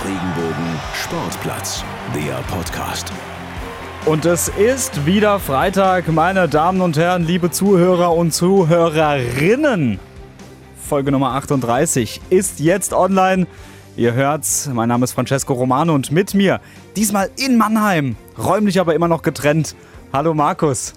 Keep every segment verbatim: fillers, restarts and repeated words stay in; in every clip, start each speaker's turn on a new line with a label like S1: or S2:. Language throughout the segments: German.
S1: Regenbogen Sportplatz, der Podcast.
S2: Und es ist wieder Freitag, meine Damen und Herren, liebe Zuhörer und Zuhörerinnen. Folge Nummer achtunddreißig ist jetzt online. Ihr hört's, mein Name ist Francesco Romano und mit mir, diesmal in Mannheim, räumlich aber immer noch getrennt. Hallo Markus.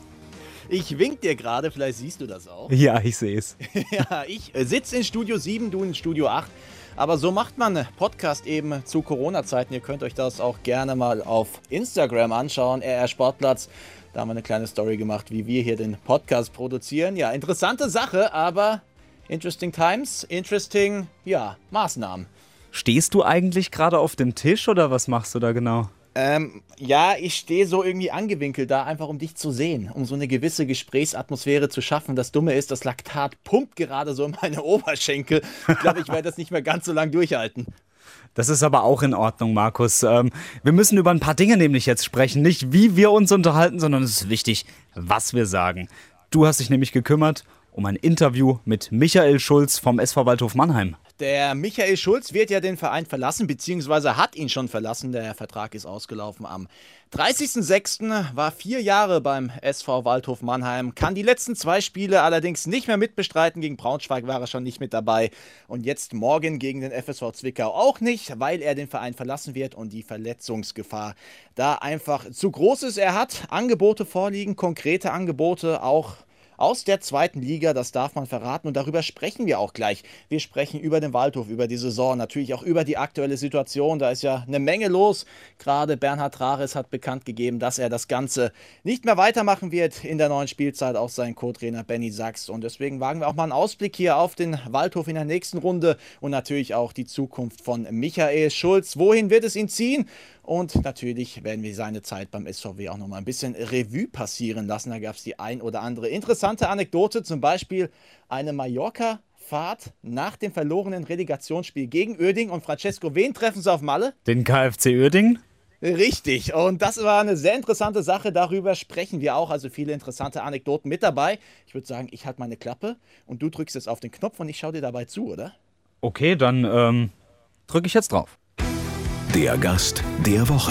S3: Ich wink dir gerade, vielleicht siehst du das auch.
S2: Ja, ich sehe es.
S3: Ja, ich sitze in Studio sieben, du in Studio acht. Aber so macht man Podcast eben zu Corona-Zeiten. Ihr könnt euch das auch gerne mal auf Instagram anschauen, R R Sportplatz. Da haben wir eine kleine Story gemacht, wie wir hier den Podcast produzieren. Ja, interessante Sache, aber interesting times, interesting, ja, Maßnahmen.
S2: Stehst du eigentlich gerade auf dem Tisch oder was machst du da genau?
S3: Ähm, ja, ich stehe so irgendwie angewinkelt da, einfach um dich zu sehen, um so eine gewisse Gesprächsatmosphäre zu schaffen. Das Dumme ist, das Laktat pumpt gerade so in meine Oberschenkel. Ich glaube, ich werde das nicht mehr ganz so lange durchhalten.
S2: Das ist aber auch in Ordnung, Markus. Ähm, wir müssen über ein paar Dinge nämlich jetzt sprechen. Nicht wie wir uns unterhalten, sondern es ist wichtig, was wir sagen. Du hast dich nämlich gekümmert um ein Interview mit Michael Schulz vom S V Waldhof Mannheim.
S3: Der Michael Schulz wird ja den Verein verlassen, beziehungsweise hat ihn schon verlassen. Der Vertrag ist ausgelaufen am dreißigsten sechsten War vier Jahre beim S V Waldhof Mannheim, kann die letzten zwei Spiele allerdings nicht mehr mitbestreiten. Gegen Braunschweig war er schon nicht mit dabei. Und jetzt morgen gegen den F S V Zwickau auch nicht, weil er den Verein verlassen wird und die Verletzungsgefahr da einfach zu groß ist. Er hat Angebote vorliegen, konkrete Angebote auch aus der zweiten Liga, das darf man verraten und darüber sprechen wir auch gleich. Wir sprechen über den Waldhof, über die Saison, natürlich auch über die aktuelle Situation. Da ist ja eine Menge los. Gerade Bernhard Rares hat bekannt gegeben, dass er das Ganze nicht mehr weitermachen wird in der neuen Spielzeit, auch sein Co-Trainer Benny Sachs. Und deswegen wagen wir auch mal einen Ausblick hier auf den Waldhof in der nächsten Runde und natürlich auch die Zukunft von Michael Schulz. Wohin wird es ihn ziehen? Und natürlich werden wir seine Zeit beim S V W auch noch mal ein bisschen Revue passieren lassen. Da gab es die ein oder andere interessante Anekdote, zum Beispiel eine Mallorca-Fahrt nach dem verlorenen Relegationsspiel gegen Uerdingen. Und Francesco, wen treffen sie auf Malle?
S2: Den K F C Uerdingen?
S3: Richtig, und das war eine sehr interessante Sache, darüber sprechen wir auch, also viele interessante Anekdoten mit dabei. Ich würde sagen, ich halte meine Klappe und du drückst jetzt auf den Knopf und ich schaue dir dabei zu, oder?
S2: Okay, dann ähm, drücke ich jetzt drauf.
S1: Der Gast der Woche.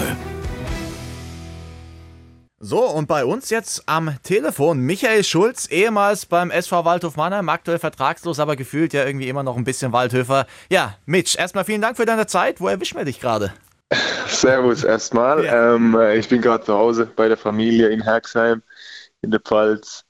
S3: So, und bei uns jetzt am Telefon Michael Schulz, ehemals beim S V Waldhof Mannheim, aktuell vertragslos, aber gefühlt ja irgendwie immer noch ein bisschen Waldhöfer. Ja, Mitch, erstmal vielen Dank für deine Zeit. Wo erwischen wir dich gerade?
S4: Servus erstmal.
S3: Ja.
S4: Ähm, ich bin gerade zu Hause bei der Familie in Herxheim in der Pfalz.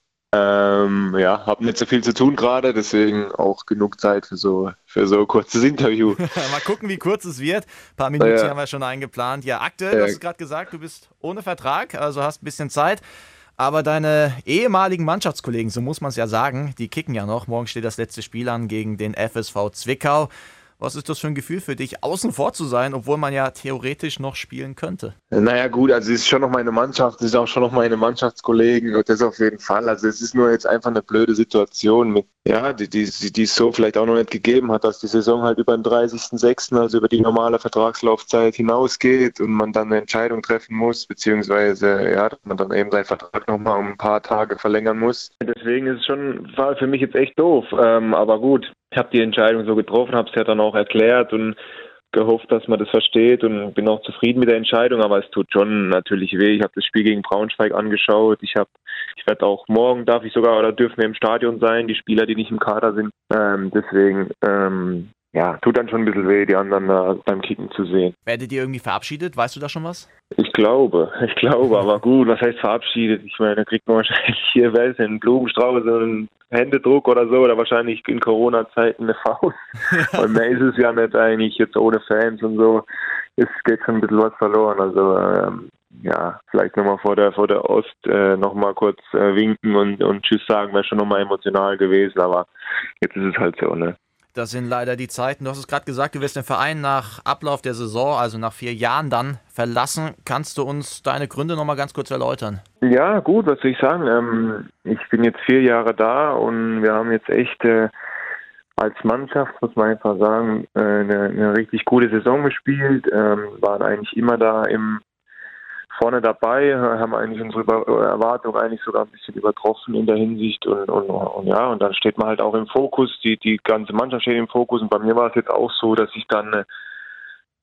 S4: Ähm, ja, habe nicht so viel zu tun gerade, deswegen auch genug Zeit für so für so ein kurzes Interview.
S3: Mal gucken, wie kurz es wird. Ein paar Minuten
S4: ja.
S3: haben wir schon eingeplant. Ja, aktuell,
S4: Ja.
S3: du hast es gerade gesagt, du bist ohne Vertrag, also hast ein bisschen Zeit. Aber deine ehemaligen Mannschaftskollegen, so muss man es ja sagen, die kicken ja noch. Morgen steht das letzte Spiel an gegen den F S V Zwickau. Was ist das für ein Gefühl für dich, außen vor zu sein, obwohl man ja theoretisch noch spielen könnte?
S4: Naja gut, also es ist schon noch meine Mannschaft, es ist auch schon noch meine Mannschaftskollegen und das auf jeden Fall. Also es ist nur jetzt einfach eine blöde Situation, mit, ja, die, die, die es so vielleicht auch noch nicht gegeben hat, dass die Saison halt über den dreißigsten sechsten, also über die normale Vertragslaufzeit hinausgeht und man dann eine Entscheidung treffen muss, beziehungsweise ja, dass man dann eben seinen Vertrag nochmal um ein paar Tage verlängern muss. Deswegen ist es schon, war für mich jetzt echt doof, ähm, aber gut. Ich habe die Entscheidung so getroffen, habe es ja dann auch erklärt und gehofft, dass man das versteht und bin auch zufrieden mit der Entscheidung, aber es tut schon natürlich weh. Ich habe das Spiel gegen Braunschweig angeschaut. Ich habe, ich werde auch morgen, darf ich sogar oder dürfen wir im Stadion sein, die Spieler, die nicht im Kader sind. Ähm, deswegen, ähm, ja, tut dann schon ein bisschen weh, die anderen da beim Kicken zu sehen.
S3: Werdet ihr irgendwie verabschiedet? Weißt du da schon was?
S4: Ich glaube, ich glaube, aber gut, was heißt verabschiedet? Ich meine, da kriegt man wahrscheinlich hier, wer ist denn, einen Blumenstrauß, so einen Händedruck oder so, oder wahrscheinlich in Corona-Zeiten eine Faust. Und mehr ist es ja nicht eigentlich, jetzt ohne Fans und so, es geht schon ein bisschen was verloren. Also, ähm, ja, vielleicht nochmal vor der, vor der Ost äh, nochmal kurz äh, winken und, und Tschüss sagen, wäre schon nochmal emotional gewesen, aber jetzt ist es halt so, ne?
S3: Das sind leider die Zeiten. Du hast es gerade gesagt, du wirst den Verein nach Ablauf der Saison, also nach vier Jahren dann verlassen. Kannst du uns deine Gründe nochmal ganz kurz erläutern?
S4: Ja, gut, was soll ich sagen? Ähm, ich bin jetzt vier Jahre da und wir haben jetzt echt äh, als Mannschaft, muss man einfach sagen, äh, eine, eine richtig gute Saison gespielt. Ähm, waren eigentlich immer da im vorne dabei, haben eigentlich unsere Erwartungen eigentlich sogar ein bisschen übertroffen in der Hinsicht und, und, und ja, und dann steht man halt auch im Fokus, die, die ganze Mannschaft steht im Fokus und bei mir war es jetzt auch so, dass ich dann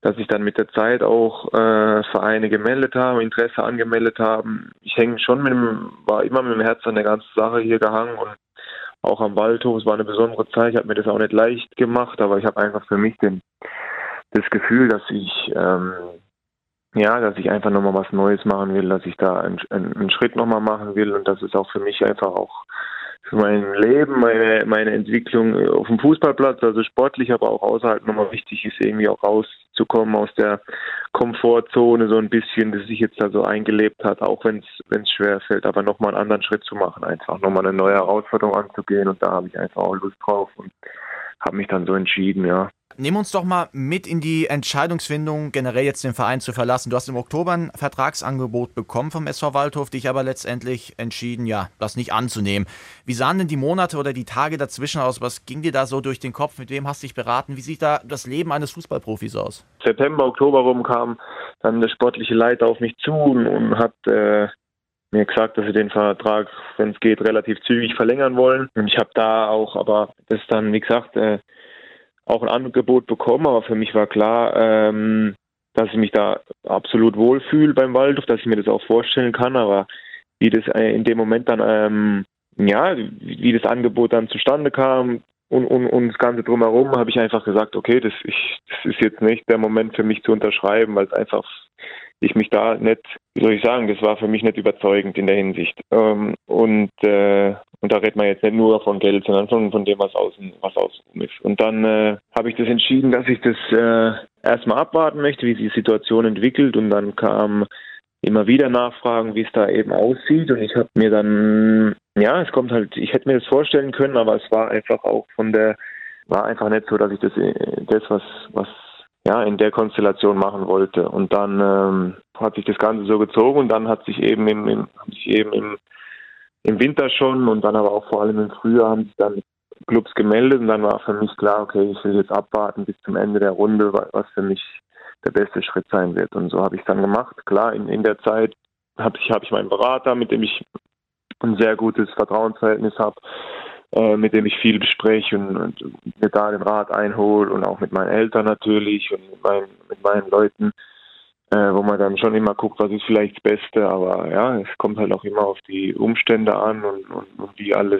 S4: dass sich dann mit der Zeit auch äh, Vereine gemeldet haben, Interesse angemeldet haben. Ich hänge schon mit dem, war immer mit dem Herz an der ganzen Sache hier gehangen und auch am Waldhof. Es war eine besondere Zeit. Ich habe mir das auch nicht leicht gemacht, aber ich habe einfach für mich den, das Gefühl, dass ich ähm, ja, dass ich einfach nochmal was Neues machen will, dass ich da einen, einen Schritt nochmal machen will und dass es auch für mich einfach auch für mein Leben, meine, meine Entwicklung auf dem Fußballplatz, also sportlich, aber auch außerhalb nochmal wichtig ist, irgendwie auch rauszukommen aus der Komfortzone so ein bisschen, das sich jetzt da so eingelebt hat, auch wenn es schwer fällt, aber nochmal einen anderen Schritt zu machen, einfach nochmal eine neue Herausforderung anzugehen und da habe ich einfach auch Lust drauf und habe mich dann so entschieden, ja.
S3: Nimm uns doch mal mit in die Entscheidungsfindung, generell jetzt den Verein zu verlassen. Du hast im Oktober ein Vertragsangebot bekommen vom S V Waldhof, dich aber letztendlich entschieden, ja, das nicht anzunehmen. Wie sahen denn die Monate oder die Tage dazwischen aus? Was ging dir da so durch den Kopf? Mit wem hast du dich beraten? Wie sieht da das Leben eines Fußballprofis aus?
S4: September, Oktober rum kam dann der sportliche Leiter auf mich zu und, und hat äh, mir gesagt, dass sie den Vertrag, wenn es geht, relativ zügig verlängern wollen. Und ich habe da auch, aber das dann, wie gesagt, äh, auch ein Angebot bekommen, aber für mich war klar, ähm, dass ich mich da absolut wohlfühle beim Waldhof, dass ich mir das auch vorstellen kann, aber wie das in dem Moment dann, ähm, ja, wie das Angebot dann zustande kam und, und, und das Ganze drumherum, habe ich einfach gesagt, okay, das, ich, das ist jetzt nicht der Moment für mich zu unterschreiben, weil es einfach, ich mich da nicht, wie soll ich sagen, das war für mich nicht überzeugend in der Hinsicht. Ähm, und, äh, und da redet man jetzt nicht nur von Geld, sondern von, von dem, was außen, was außen ist. Und dann äh, habe ich das entschieden, dass ich das äh, erstmal abwarten möchte, wie sich die Situation entwickelt. Und dann kam immer wieder Nachfragen, wie es da eben aussieht. Und ich habe mir dann, ja, es kommt halt, ich hätte mir das vorstellen können, aber es war einfach auch von der, war einfach nicht so, dass ich das, das was, was ja, in der Konstellation machen wollte. Und dann ähm, hat sich das Ganze so gezogen und dann hat sich eben im, im, haben sich eben im, im Winter schon und dann aber auch vor allem im Frühjahr haben sich dann Clubs gemeldet und dann war für mich klar, okay, ich will jetzt abwarten bis zum Ende der Runde, was für mich der beste Schritt sein wird. Und so habe ich es dann gemacht. Klar, in, in der Zeit habe ich, hab ich meinen Berater, mit dem ich ein sehr gutes Vertrauensverhältnis habe, mit dem ich viel bespreche und, und mir da den Rat einhole und auch mit meinen Eltern natürlich und mit meinen, mit meinen Leuten, äh, wo man dann schon immer guckt, was ist vielleicht das Beste, aber ja, es kommt halt auch immer auf die Umstände an und, und, und wie alles,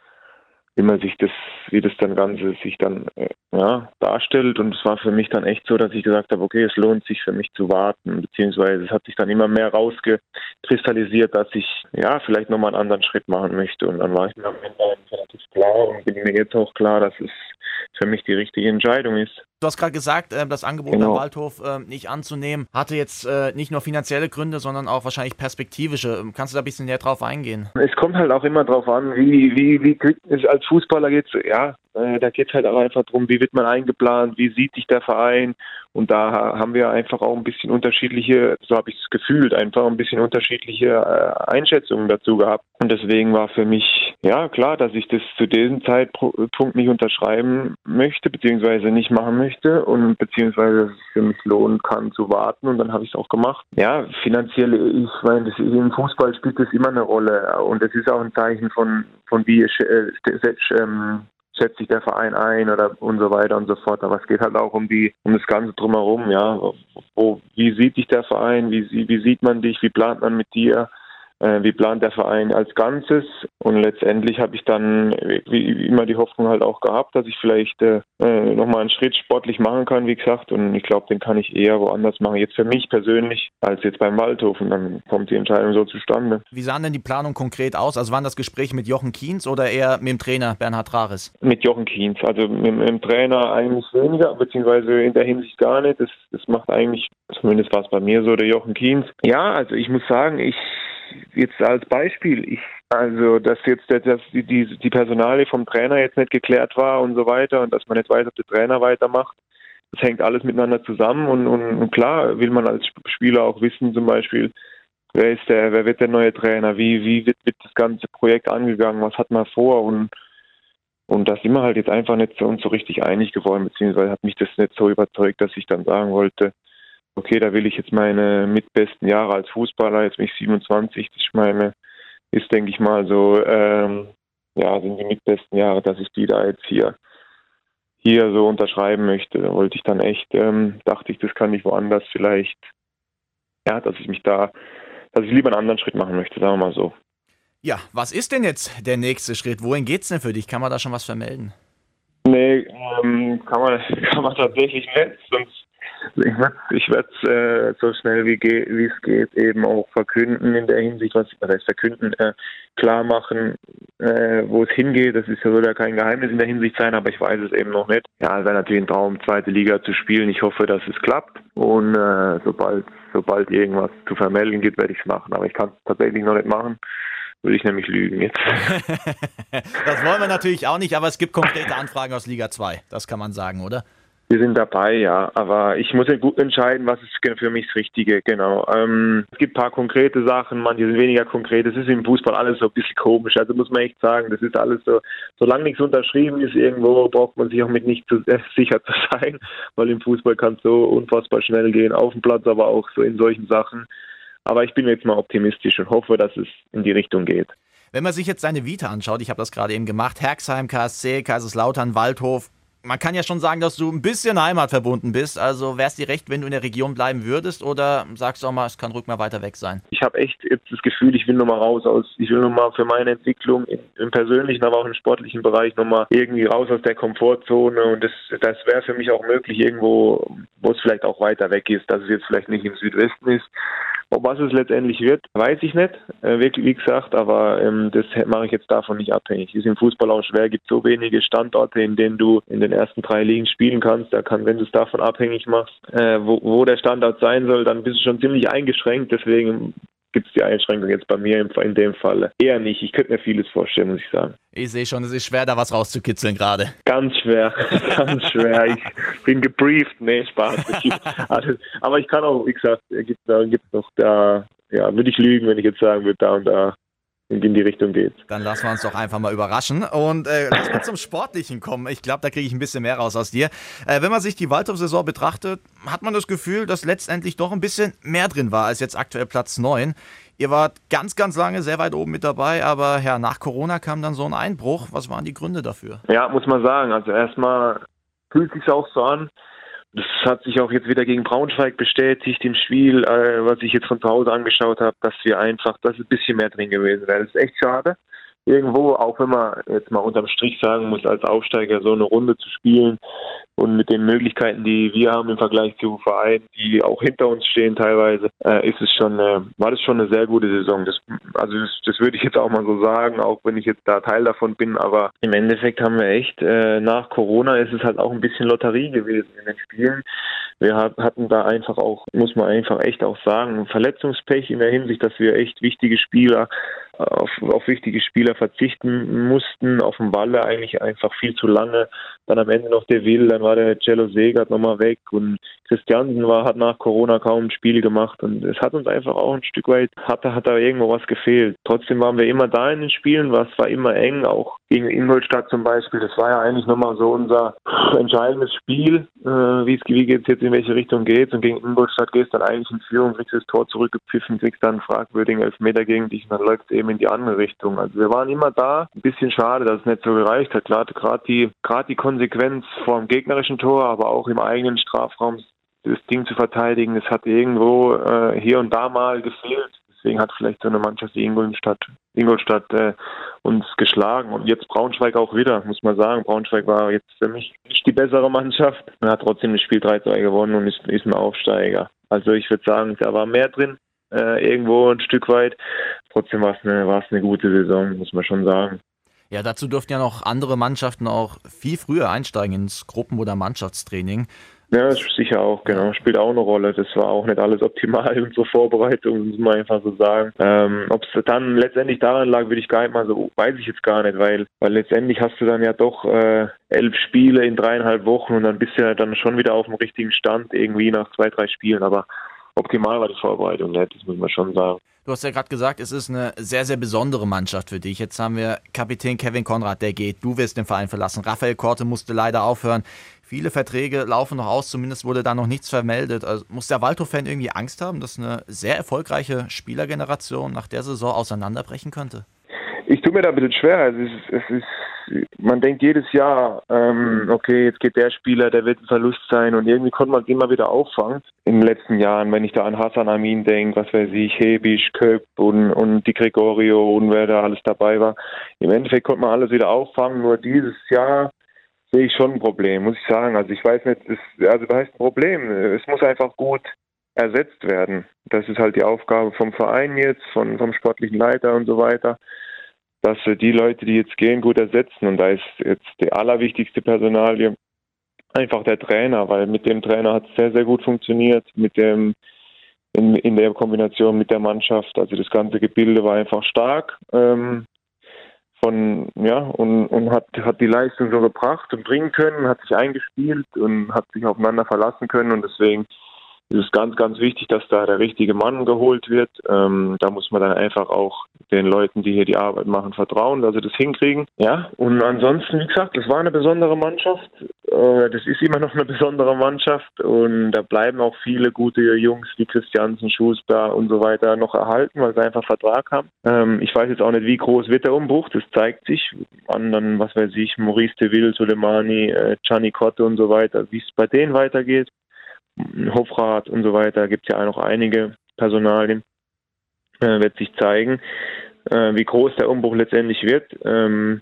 S4: wie man sich das, wie das dann Ganze sich dann äh, ja, darstellt und es war für mich dann echt so, dass ich gesagt habe, okay, es lohnt sich für mich zu warten, beziehungsweise es hat sich dann immer mehr rausgekristallisiert, dass ich ja vielleicht nochmal einen anderen Schritt machen möchte und dann war ich mir am Ende relativ klar und bin mir jetzt auch klar, dass es für mich die richtige Entscheidung ist.
S3: Du hast gerade gesagt, das Angebot
S4: genau.
S3: beim Waldhof nicht anzunehmen, hatte jetzt nicht nur finanzielle Gründe, sondern auch wahrscheinlich perspektivische. Kannst du da ein bisschen näher drauf eingehen?
S4: Es kommt halt auch immer drauf an, wie, wie, wie es als Fußballer geht. Ja, da geht es halt auch einfach darum, wie wird man eingeplant, wie sieht sich der Verein und da haben wir einfach auch ein bisschen unterschiedliche, so habe ich es gefühlt, einfach ein bisschen unterschiedliche Einschätzungen dazu gehabt und deswegen war für mich, ja klar, dass ich das zu diesem Zeitpunkt nicht unterschreiben möchte, beziehungsweise nicht machen möchte und beziehungsweise dass es für mich lohnen kann zu warten und dann habe ich es auch gemacht. Ja, finanziell, ich meine, das, im Fußball spielt das immer eine Rolle und das ist auch ein Zeichen von, von wie äh, ähm, setzt sich der Verein ein oder und so weiter und so fort. Aber es geht halt auch um die, um das Ganze drumherum, ja. Wo, wie sieht dich der Verein? Wie, wie sieht man dich? Wie plant man mit dir? Äh, wie plant der Verein als Ganzes? Und letztendlich habe ich dann wie immer die Hoffnung halt auch gehabt, dass ich vielleicht äh, nochmal einen Schritt sportlich machen kann, wie gesagt. Und ich glaube, den kann ich eher woanders machen. Jetzt für mich persönlich als jetzt beim Waldhof. Und dann kommt die Entscheidung so zustande.
S3: Wie sahen denn die Planung konkret aus? Also waren das Gespräche mit Jochen Kienz oder eher mit dem Trainer Bernhard Rares?
S4: Mit Jochen Kienz. Also mit, mit dem Trainer eigentlich weniger, beziehungsweise in der Hinsicht gar nicht. Das, das macht eigentlich, zumindest war es bei mir so, der Jochen Kienz. Ja, also ich muss sagen, ich jetzt als Beispiel, ich, also dass jetzt dass die, die, die Personalie vom Trainer jetzt nicht geklärt war und so weiter und dass man nicht weiß, ob der Trainer weitermacht, das hängt alles miteinander zusammen und, und, und klar will man als Spieler auch wissen, zum Beispiel, wer ist der, wer wird der neue Trainer, wie, wie wird, wird das ganze Projekt angegangen, was hat man vor und und da sind wir halt jetzt einfach nicht so, uns so richtig einig geworden, beziehungsweise hat mich das nicht so überzeugt, dass ich dann sagen wollte, okay, da will ich jetzt meine mitbesten Jahre als Fußballer, jetzt bin ich siebenundzwanzig, das ich meine, ist, denke ich mal, so, ähm, ja, sind die mitbesten Jahre, dass ich die da jetzt hier hier so unterschreiben möchte. Da wollte ich dann echt, ähm, dachte ich, das kann ich woanders vielleicht, ja, dass ich mich da, dass ich lieber einen anderen Schritt machen möchte, sagen wir mal so.
S3: Ja, was ist denn jetzt der nächste Schritt? Wohin geht's denn für dich? Kann man da schon was vermelden?
S4: Nee, ähm, kann man, kann man tatsächlich nicht, sonst ich werde es äh, so schnell wie, ge- wie es geht eben auch verkünden in der Hinsicht, was was heißt verkünden, äh, klar machen, äh, wo es hingeht. Das ist ja soll ja kein Geheimnis in der Hinsicht sein, aber ich weiß es eben noch nicht. Ja, es wäre natürlich ein Traum, zweite Liga zu spielen. Ich hoffe, dass es klappt und äh, sobald sobald irgendwas zu vermelden gibt, werde ich es machen. Aber ich kann es tatsächlich noch nicht machen. Würde ich nämlich lügen jetzt.
S3: Das wollen wir natürlich auch nicht, aber es gibt konkrete Anfragen aus Liga zwei. Das kann man sagen, oder?
S4: Wir sind dabei, ja, aber ich muss ja gut entscheiden, was ist für mich das Richtige, genau. Ähm, es gibt ein paar konkrete Sachen, manche sind weniger konkret. Das ist im Fußball alles so ein bisschen komisch, also muss man echt sagen, das ist alles so, solange nichts unterschrieben ist irgendwo, braucht man sich auch mit nicht zu äh, sicher zu sein, weil im Fußball kann es so unfassbar schnell gehen, auf dem Platz, aber auch so in solchen Sachen. Aber ich bin jetzt mal optimistisch und hoffe, dass es in die Richtung geht.
S3: Wenn man sich jetzt seine Vita anschaut, ich habe das gerade eben gemacht, Herxheim, K S C, Kaiserslautern, Waldhof, man kann ja schon sagen, dass du ein bisschen heimatverbunden bist. Also wäre es dir recht, wenn du in der Region bleiben würdest oder sagst du auch mal, es kann ruhig mal weiter weg sein?
S4: Ich habe echt jetzt das Gefühl, ich will nochmal raus aus, ich will nochmal für meine Entwicklung im, im persönlichen, aber auch im sportlichen Bereich nochmal irgendwie raus aus der Komfortzone und das, das wäre für mich auch möglich irgendwo, wo es vielleicht auch weiter weg ist, dass es jetzt vielleicht nicht im Südwesten ist. Ob was es letztendlich wird, weiß ich nicht, äh, wirklich, wie gesagt, aber ähm, das mache ich jetzt davon nicht abhängig. Ist im Fußball auch schwer, gibt so wenige Standorte, in denen du in den ersten drei Ligen spielen kannst. Da kann, wenn du es davon abhängig machst, äh, wo, wo der Standort sein soll, dann bist du schon ziemlich eingeschränkt. Deswegen gibt es die Einschränkung jetzt bei mir in dem Fall eher nicht. Ich könnte mir vieles vorstellen, muss ich sagen.
S3: Ich sehe schon, es ist schwer, da was rauszukitzeln gerade.
S4: Ganz schwer, ganz schwer. Ich bin gebrieft. Nee, Spaß. Alles. Aber ich kann auch, wie gesagt, gibt da gibt noch da, ja, würde ich lügen, wenn ich jetzt sagen würde, da und da in die Richtung geht.
S3: Dann lassen wir uns doch einfach mal überraschen und äh, lass mal zum Sportlichen kommen. Ich glaube, da kriege ich ein bisschen mehr raus aus dir. Äh, wenn man sich die Waldhof-Saison betrachtet, hat man das Gefühl, dass letztendlich doch ein bisschen mehr drin war als jetzt aktuell Platz neun. Ihr wart ganz, ganz lange sehr weit oben mit dabei, aber ja, nach Corona kam dann so ein Einbruch. Was waren die Gründe dafür?
S4: Ja, muss man sagen. Also erstmal fühlt es sich auch so an. Das hat sich auch jetzt wieder gegen Braunschweig bestätigt im Spiel, äh, was ich jetzt von zu Hause angeschaut habe, dass wir einfach, dass ein bisschen mehr drin gewesen wäre. Das ist echt schade. Irgendwo, auch wenn man jetzt mal unterm Strich sagen muss, als Aufsteiger so eine Runde zu spielen und mit den Möglichkeiten, die wir haben im Vergleich zu Vereinen, die auch hinter uns stehen teilweise, äh, ist es schon, äh, war das schon eine sehr gute Saison. Das, also das, das würde ich jetzt auch mal so sagen, auch wenn ich jetzt da Teil davon bin, aber im Endeffekt haben wir echt, äh, nach Corona ist es halt auch ein bisschen Lotterie gewesen in den Spielen. Wir hatten da einfach auch, muss man einfach echt auch sagen, Verletzungspech in der Hinsicht, dass wir echt wichtige Spieler auf, auf wichtige Spieler verzichten mussten, auf dem Walle eigentlich einfach viel zu lange. Dann am Ende noch der Will, dann war der Cello Segert nochmal weg und Christiansen war, hat nach Corona kaum ein Spiel gemacht und es hat uns einfach auch ein Stück weit, hat, hat da irgendwo was gefehlt. Trotzdem waren wir immer da in den Spielen, was war immer eng, auch gegen Ingolstadt zum Beispiel. Das war ja eigentlich nochmal so unser entscheidendes Spiel, äh, wie es wie geht's jetzt in welche Richtung geht und gegen Ingolstadt gehst dann eigentlich in Führung, kriegst das Tor zurückgepfiffen, kriegst dann einen fragwürdigen Elfmeter gegen dich und dann läuft es eben in die andere Richtung. Also wir waren immer da. Ein bisschen schade, dass es nicht so gereicht hat. Gerade die, gerade die Konsequenz vor dem gegnerischen Tor, aber auch im eigenen Strafraum das Ding zu verteidigen, das hat irgendwo äh, hier und da mal gefehlt. Deswegen hat vielleicht so eine Mannschaft wie Ingolstadt, Ingolstadt äh, uns geschlagen. Und jetzt Braunschweig auch wieder, muss man sagen. Braunschweig war jetzt für mich nicht die bessere Mannschaft. Man hat trotzdem das Spiel drei zwei gewonnen und ist, ist ein Aufsteiger. Also ich würde sagen, da war mehr drin. Äh, irgendwo ein Stück weit. Trotzdem war es eine, war es eine gute Saison, muss man schon sagen.
S3: Ja, dazu durften ja noch andere Mannschaften auch viel früher einsteigen ins Gruppen- oder Mannschaftstraining.
S4: Ja, sicher auch, genau. Spielt auch eine Rolle. Das war auch nicht alles optimal in unserer Vorbereitung, muss man einfach so sagen. Ähm, ob es dann letztendlich daran lag, würde ich gar nicht mal so, weiß ich jetzt gar nicht, weil, weil letztendlich hast du dann ja doch äh, elf Spiele in dreieinhalb Wochen und dann bist du ja dann schon wieder auf dem richtigen Stand, irgendwie nach zwei, drei Spielen, aber optimal war die Vorbereitung nicht, das muss man schon sagen.
S3: Du hast ja gerade gesagt, es ist eine sehr, sehr besondere Mannschaft für dich. Jetzt haben wir Kapitän Kevin Konrad, der geht. Du wirst den Verein verlassen. Raphael Korte musste leider aufhören. Viele Verträge laufen noch aus, zumindest wurde da noch nichts vermeldet. Also muss der Waldhof-Fan irgendwie Angst haben, dass eine sehr erfolgreiche Spielergeneration nach der Saison auseinanderbrechen könnte?
S4: Ich tue mir da ein bisschen schwer. Es ist, es ist man denkt jedes Jahr, ähm, okay, jetzt geht der Spieler, der wird ein Verlust sein und irgendwie konnte man es immer wieder auffangen. In den letzten Jahren, wenn ich da an Hassan Amin denke, was weiß ich, Hebisch, Köp und, und die Gregorio und wer da alles dabei war. Im Endeffekt konnte man alles wieder auffangen, nur dieses Jahr sehe ich schon ein Problem, muss ich sagen. Also ich weiß nicht, das, also was heißt ein Problem? Es muss einfach gut ersetzt werden. Das ist halt die Aufgabe vom Verein jetzt, von, vom sportlichen Leiter und so weiter, dass wir die Leute, die jetzt gehen, gut ersetzen. Und da ist jetzt die allerwichtigste Personalie einfach der Trainer, weil mit dem Trainer hat es sehr, sehr gut funktioniert, mit dem in, in der Kombination mit der Mannschaft. Also das ganze Gebilde war einfach stark ähm, von ja und, und hat, hat die Leistung so gebracht und bringen können, hat sich eingespielt und hat sich aufeinander verlassen können und deswegen es ist ganz, ganz wichtig, dass da der richtige Mann geholt wird. Ähm, da muss man dann einfach auch den Leuten, die hier die Arbeit machen, vertrauen, dass sie das hinkriegen. Ja, und ansonsten, wie gesagt, das war eine besondere Mannschaft. Äh, das ist immer noch eine besondere Mannschaft und da bleiben auch viele gute Jungs wie Christiansen, Schuster und so weiter noch erhalten, weil sie einfach Vertrag haben. Ähm, ich weiß jetzt auch nicht, wie groß wird der Umbruch. Das zeigt sich an dann, was weiß ich, Maurice Deville, Soleimani, äh, Gianni Cotte und so weiter, wie es bei denen weitergeht. Hofrat und so weiter, gibt es ja auch noch einige Personalien, äh, wird sich zeigen, äh, wie groß der Umbruch letztendlich wird. Ähm,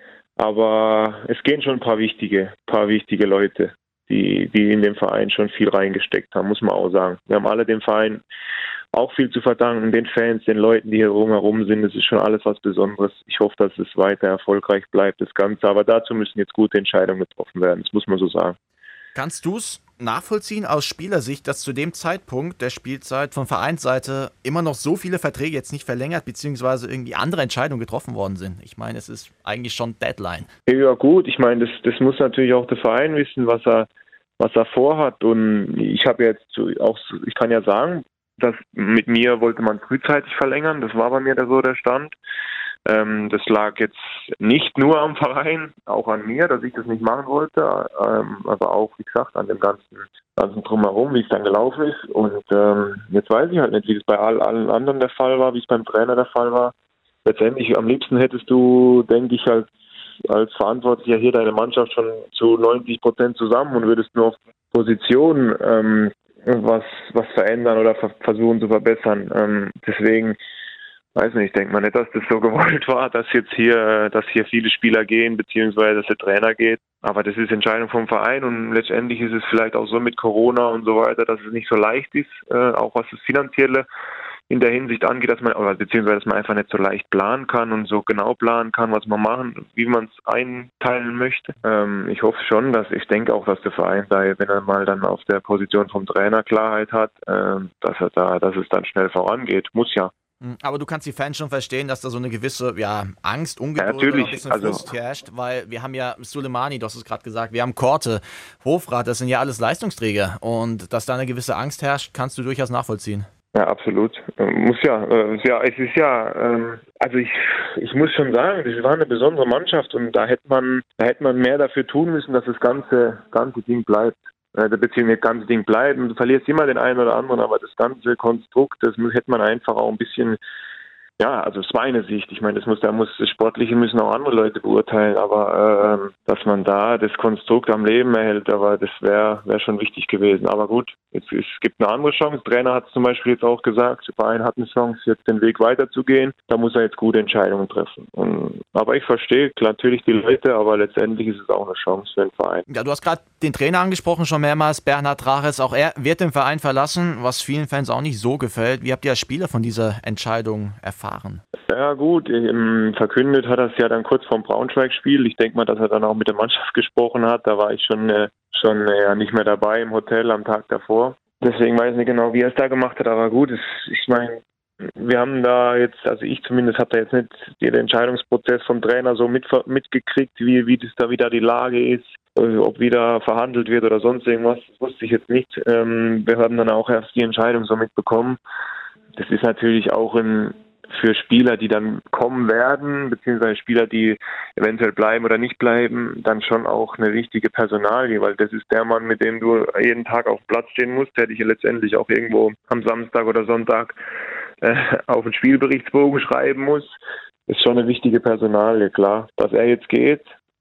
S4: aber es gehen schon ein paar wichtige, paar wichtige Leute, die, die in dem Verein schon viel reingesteckt haben, muss man auch sagen. Wir haben alle dem Verein auch viel zu verdanken, den Fans, den Leuten, die hier drumherum sind. Das ist schon alles was Besonderes. Ich hoffe, dass es weiter erfolgreich bleibt, das Ganze. Aber dazu müssen jetzt gute Entscheidungen getroffen werden, das muss man so sagen.
S3: Kannst du es nachvollziehen aus Spielersicht, dass zu dem Zeitpunkt der Spielzeit von Vereinsseite immer noch so viele Verträge jetzt nicht verlängert, beziehungsweise irgendwie andere Entscheidungen getroffen worden sind? Ich meine, es ist eigentlich schon Deadline.
S4: Ja gut, ich meine, das, das muss natürlich auch der Verein wissen, was er, was er vorhat. Und ich habe jetzt auch, ich kann ja sagen, dass mit mir wollte man frühzeitig verlängern. Das war bei mir da so der Stand. Ähm, das lag jetzt nicht nur am Verein, auch an mir, dass ich das nicht machen wollte, ähm, aber auch, wie gesagt, an dem ganzen, ganzen Drumherum, wie es dann gelaufen ist. Und ähm, jetzt weiß ich halt nicht, wie es bei all, allen anderen der Fall war, wie es beim Trainer der Fall war. Letztendlich, am liebsten hättest du, denke ich, als, als Verantwortlicher hier deine Mannschaft schon zu neunzig Prozent zusammen und würdest nur auf Position ähm, was, was verändern oder ver- versuchen zu verbessern. Ähm, deswegen weiß nicht, ich denke mal nicht, dass das so gewollt war, dass jetzt hier, dass hier viele Spieler gehen, beziehungsweise dass der Trainer geht. Aber das ist Entscheidung vom Verein und letztendlich ist es vielleicht auch so mit Corona und so weiter, dass es nicht so leicht ist, äh, auch was das Finanzielle in der Hinsicht angeht, dass man, oder beziehungsweise dass man einfach nicht so leicht planen kann und so genau planen kann, was man machen, wie man es einteilen möchte. Ähm, ich hoffe schon, dass ich denke auch, dass der Verein da, wenn er mal dann auf der Position vom Trainer Klarheit hat, äh, dass er da, dass es dann schnell vorangeht. Muss ja.
S3: Aber du kannst die Fans schon verstehen, dass da so eine gewisse ja, Angst, Ungeduld
S4: ja,
S3: oder ein bisschen Frust also, herrscht, weil wir haben ja Soleimani, du hast es gerade gesagt, wir haben Korte, Hofrat, das sind ja alles Leistungsträger und dass da eine gewisse Angst herrscht, kannst du durchaus nachvollziehen.
S4: Ja, absolut. Muss ja. Äh, ja, es ist ja, ähm, also ich, ich muss schon sagen, das war eine besondere Mannschaft und da hätte man, da hätte man mehr dafür tun müssen, dass das ganze, ganze Ding bleibt. Beziehungsweise das ganze Ding bleiben. Du verlierst immer den einen oder anderen, aber das ganze Konstrukt, das hätte man einfach auch ein bisschen, ja, also es war eine Sicht. Ich meine, das muss, da muss das Sportliche müssen auch andere Leute beurteilen, aber äh, dass man da das Konstrukt am Leben erhält, aber das wäre wär schon wichtig gewesen. Aber gut, jetzt, es gibt eine andere Chance. Der Trainer hat es zum Beispiel jetzt auch gesagt, der Verein hat eine Chance, jetzt den Weg weiterzugehen. Da muss er jetzt gute Entscheidungen treffen. Und, aber ich verstehe klar, natürlich die Leute, aber letztendlich ist es auch eine Chance für den Verein.
S3: Ja, du hast gerade den Trainer angesprochen, schon mehrmals, Bernhard Raches. Auch er wird den Verein verlassen, was vielen Fans auch nicht so gefällt. Wie habt ihr als Spieler von dieser Entscheidung erfahren?
S4: Ja gut, ähm, verkündet hat er es ja dann kurz vorm Braunschweig-Spiel. Ich denke mal, dass er dann auch mit der Mannschaft gesprochen hat. Da war ich schon, äh, schon äh, nicht mehr dabei im Hotel am Tag davor. Deswegen weiß ich nicht genau, wie er es da gemacht hat. Aber gut, es, ich meine, wir haben da jetzt, also ich zumindest habe da jetzt nicht den Entscheidungsprozess vom Trainer so mit, mitgekriegt, wie, wie das da wieder die Lage ist, ob wieder verhandelt wird oder sonst irgendwas. Das wusste ich jetzt nicht. Ähm, wir haben dann auch erst die Entscheidung so mitbekommen. Das ist natürlich auch ein für Spieler, die dann kommen werden, beziehungsweise Spieler, die eventuell bleiben oder nicht bleiben, dann schon auch eine wichtige Personalie, weil das ist der Mann, mit dem du jeden Tag auf dem Platz stehen musst, der dich letztendlich auch irgendwo am Samstag oder Sonntag äh, auf den Spielberichtsbogen schreiben muss. Ist schon eine wichtige Personalie, klar. Dass er jetzt geht,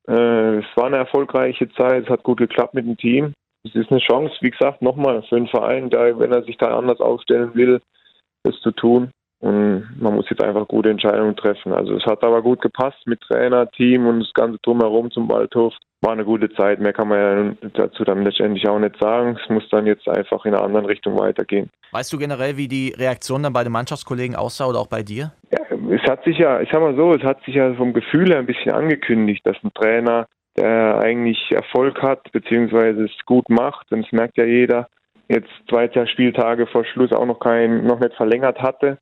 S4: Äh, es war eine erfolgreiche Zeit, es hat gut geklappt mit dem Team. Es ist eine Chance, wie gesagt, nochmal für einen Verein, der, wenn er sich da anders aufstellen will, das zu tun. Und man muss jetzt einfach gute Entscheidungen treffen. Also es hat aber gut gepasst mit Trainer, Team und das Ganze drumherum zum Waldhof. War eine gute Zeit, mehr kann man ja dazu dann letztendlich auch nicht sagen. Es muss dann jetzt einfach in einer anderen Richtung weitergehen.
S3: Weißt du generell, wie die Reaktion dann bei den Mannschaftskollegen aussah oder auch bei dir?
S4: Ja, es hat sich ja, ich sag mal so, es hat sich ja vom Gefühl her ein bisschen angekündigt, dass ein Trainer, der eigentlich Erfolg hat, beziehungsweise es gut macht, und das merkt ja jeder, jetzt zwei Spieltage vor Schluss auch noch kein, noch nicht verlängert hatte.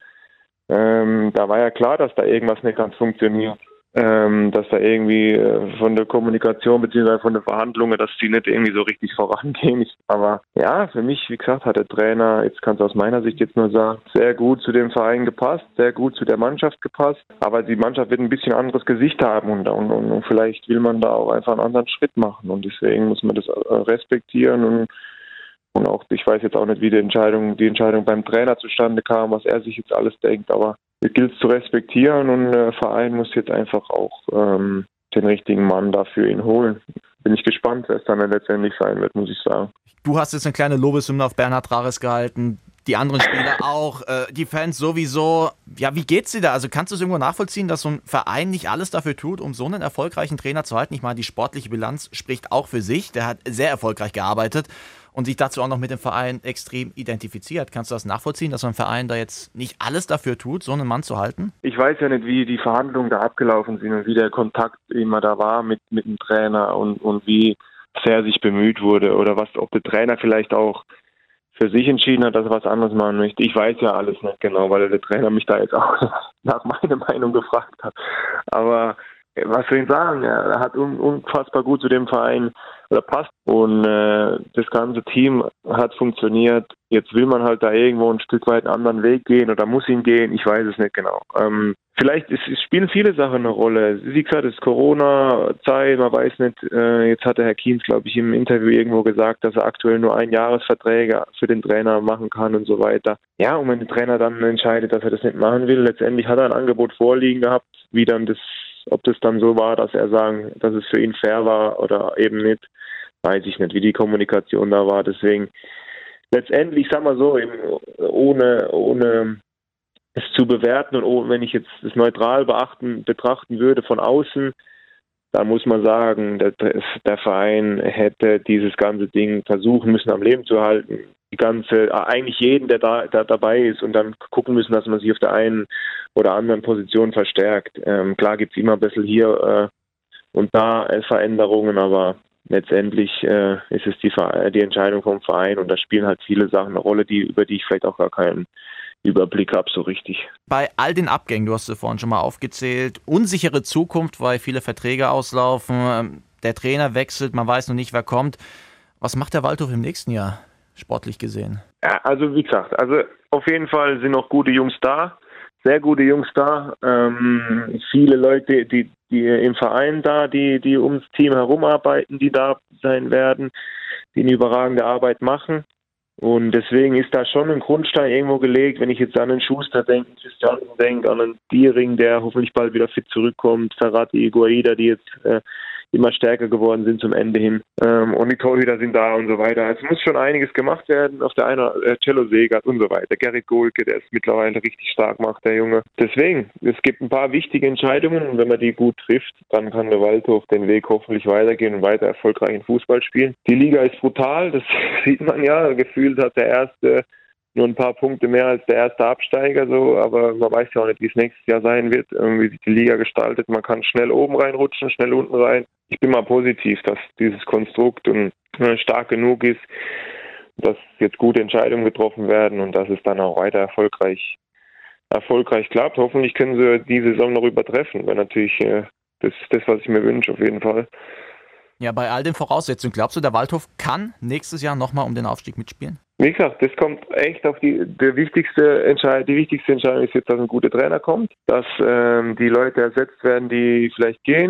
S4: Ähm, da war ja klar, dass da irgendwas nicht ganz funktioniert. Ähm, dass da irgendwie äh, von der Kommunikation bzw. von den Verhandlungen, dass die nicht irgendwie so richtig vorangehen. Ich, aber ja, für mich, wie gesagt, hat der Trainer, jetzt kann es aus meiner Sicht jetzt nur sagen, sehr gut zu dem Verein gepasst, sehr gut zu der Mannschaft gepasst. Aber die Mannschaft wird ein bisschen anderes Gesicht haben und, und, und, und vielleicht will man da auch einfach einen anderen Schritt machen. Und deswegen muss man das respektieren und Und auch, ich weiß jetzt auch nicht, wie die Entscheidung, die Entscheidung beim Trainer zustande kam, was er sich jetzt alles denkt, aber es gilt zu respektieren und der Verein muss jetzt einfach auch ähm, den richtigen Mann dafür ihn holen. Bin ich gespannt, wer es dann letztendlich sein wird, muss ich sagen.
S3: Du hast jetzt eine kleine Lobeshymne auf Bernhard Rares gehalten, die anderen Spieler auch, äh, die Fans sowieso. Ja, wie geht's dir da? Also kannst du es irgendwo nachvollziehen, dass so ein Verein nicht alles dafür tut, um so einen erfolgreichen Trainer zu halten? Ich meine, die sportliche Bilanz spricht auch für sich. Der hat sehr erfolgreich gearbeitet und sich dazu auch noch mit dem Verein extrem identifiziert. Kannst du das nachvollziehen, dass so ein Verein da jetzt nicht alles dafür tut, so einen Mann zu halten?
S4: Ich weiß ja nicht, wie die Verhandlungen da abgelaufen sind und wie der Kontakt immer da war mit, mit dem Trainer und, und wie sehr sich bemüht wurde oder was, ob der Trainer vielleicht auch für sich entschieden hat, dass er was anderes machen möchte. Ich weiß ja alles nicht genau, weil der Trainer mich da jetzt auch nach meiner Meinung gefragt hat. Aber was soll ich sagen? Er hat un- unfassbar gut zu dem Verein oder passt und äh, das ganze Team hat funktioniert. Jetzt will man halt da irgendwo ein Stück weit einen anderen Weg gehen oder muss ihn gehen. Ich weiß es nicht genau. Ähm, vielleicht ist, es spielen viele Sachen eine Rolle. Wie gesagt, es ist Corona-Zeit, man weiß nicht. Äh, jetzt hat der Herr Kienz, glaube ich, im Interview irgendwo gesagt, dass er aktuell nur Einjahresverträge für den Trainer machen kann und so weiter. Ja, und wenn der Trainer dann entscheidet, dass er das nicht machen will, letztendlich hat er ein Angebot vorliegen gehabt, wie dann das, ob das dann so war, dass er sagen, dass es für ihn fair war oder eben nicht, weiß ich nicht, wie die Kommunikation da war. Deswegen letztendlich, ich sag mal so, eben ohne, ohne es zu bewerten und ohne, wenn ich jetzt das neutral beachten, betrachten würde von außen, da muss man sagen, der, der Verein hätte dieses ganze Ding versuchen müssen, am Leben zu halten. Die ganze, eigentlich jeden, der da der dabei ist und dann gucken müssen, dass man sich auf der einen oder anderen Position verstärkt. Ähm, klar gibt es immer ein bisschen hier äh, und da äh, Veränderungen, aber letztendlich äh, ist es die, die Entscheidung vom Verein und da spielen halt viele Sachen eine Rolle, die, über die ich vielleicht auch gar keinen Überblick habe so richtig.
S3: Bei all den Abgängen, du hast es vorhin schon mal aufgezählt, unsichere Zukunft, weil viele Verträge auslaufen, der Trainer wechselt, man weiß noch nicht, wer kommt. Was macht der Waldhof im nächsten Jahr, sportlich gesehen?
S4: Ja, also wie gesagt, also auf jeden Fall sind noch gute Jungs da, sehr gute Jungs da, ähm, viele Leute, die, die im Verein da, die, die ums Team herumarbeiten, die da sein werden, die eine überragende Arbeit machen. Und deswegen ist da schon ein Grundstein irgendwo gelegt, wenn ich jetzt an den Schuster denke, Christian denke, an den Diering, der hoffentlich bald wieder fit zurückkommt, Ferrati, Guaida, die jetzt äh, immer stärker geworden sind zum Ende hin. Ähm, und die Torhüter sind da und so weiter. Es muss schon einiges gemacht werden. Auf der einen äh, Cello Segert und so weiter. Gerrit Gohlke, der es mittlerweile richtig stark macht, der Junge. Deswegen, es gibt ein paar wichtige Entscheidungen und wenn man die gut trifft, dann kann der Waldhof den Weg hoffentlich weitergehen und weiter erfolgreichen Fußball spielen. Die Liga ist brutal, das sieht man ja. Gefühlt hat der erste nur ein paar Punkte mehr als der erste Absteiger, so, aber man weiß ja auch nicht, wie es nächstes Jahr sein wird, wie sich die Liga gestaltet. Man kann schnell oben reinrutschen, schnell unten rein. Ich bin mal positiv, dass dieses Konstrukt und, äh, stark genug ist, dass jetzt gute Entscheidungen getroffen werden und dass es dann auch weiter erfolgreich erfolgreich klappt. Hoffentlich können sie die Saison noch übertreffen, weil natürlich äh, das ist das, was ich mir wünsche, auf jeden Fall.
S3: Ja, bei all den Voraussetzungen, glaubst du, der Waldhof kann nächstes Jahr nochmal um den Aufstieg mitspielen?
S4: Wie gesagt, das kommt echt auf die, der wichtigste Entscheid, die wichtigste Entscheidung ist jetzt, dass ein guter Trainer kommt, dass ähm, die Leute ersetzt werden, die vielleicht gehen,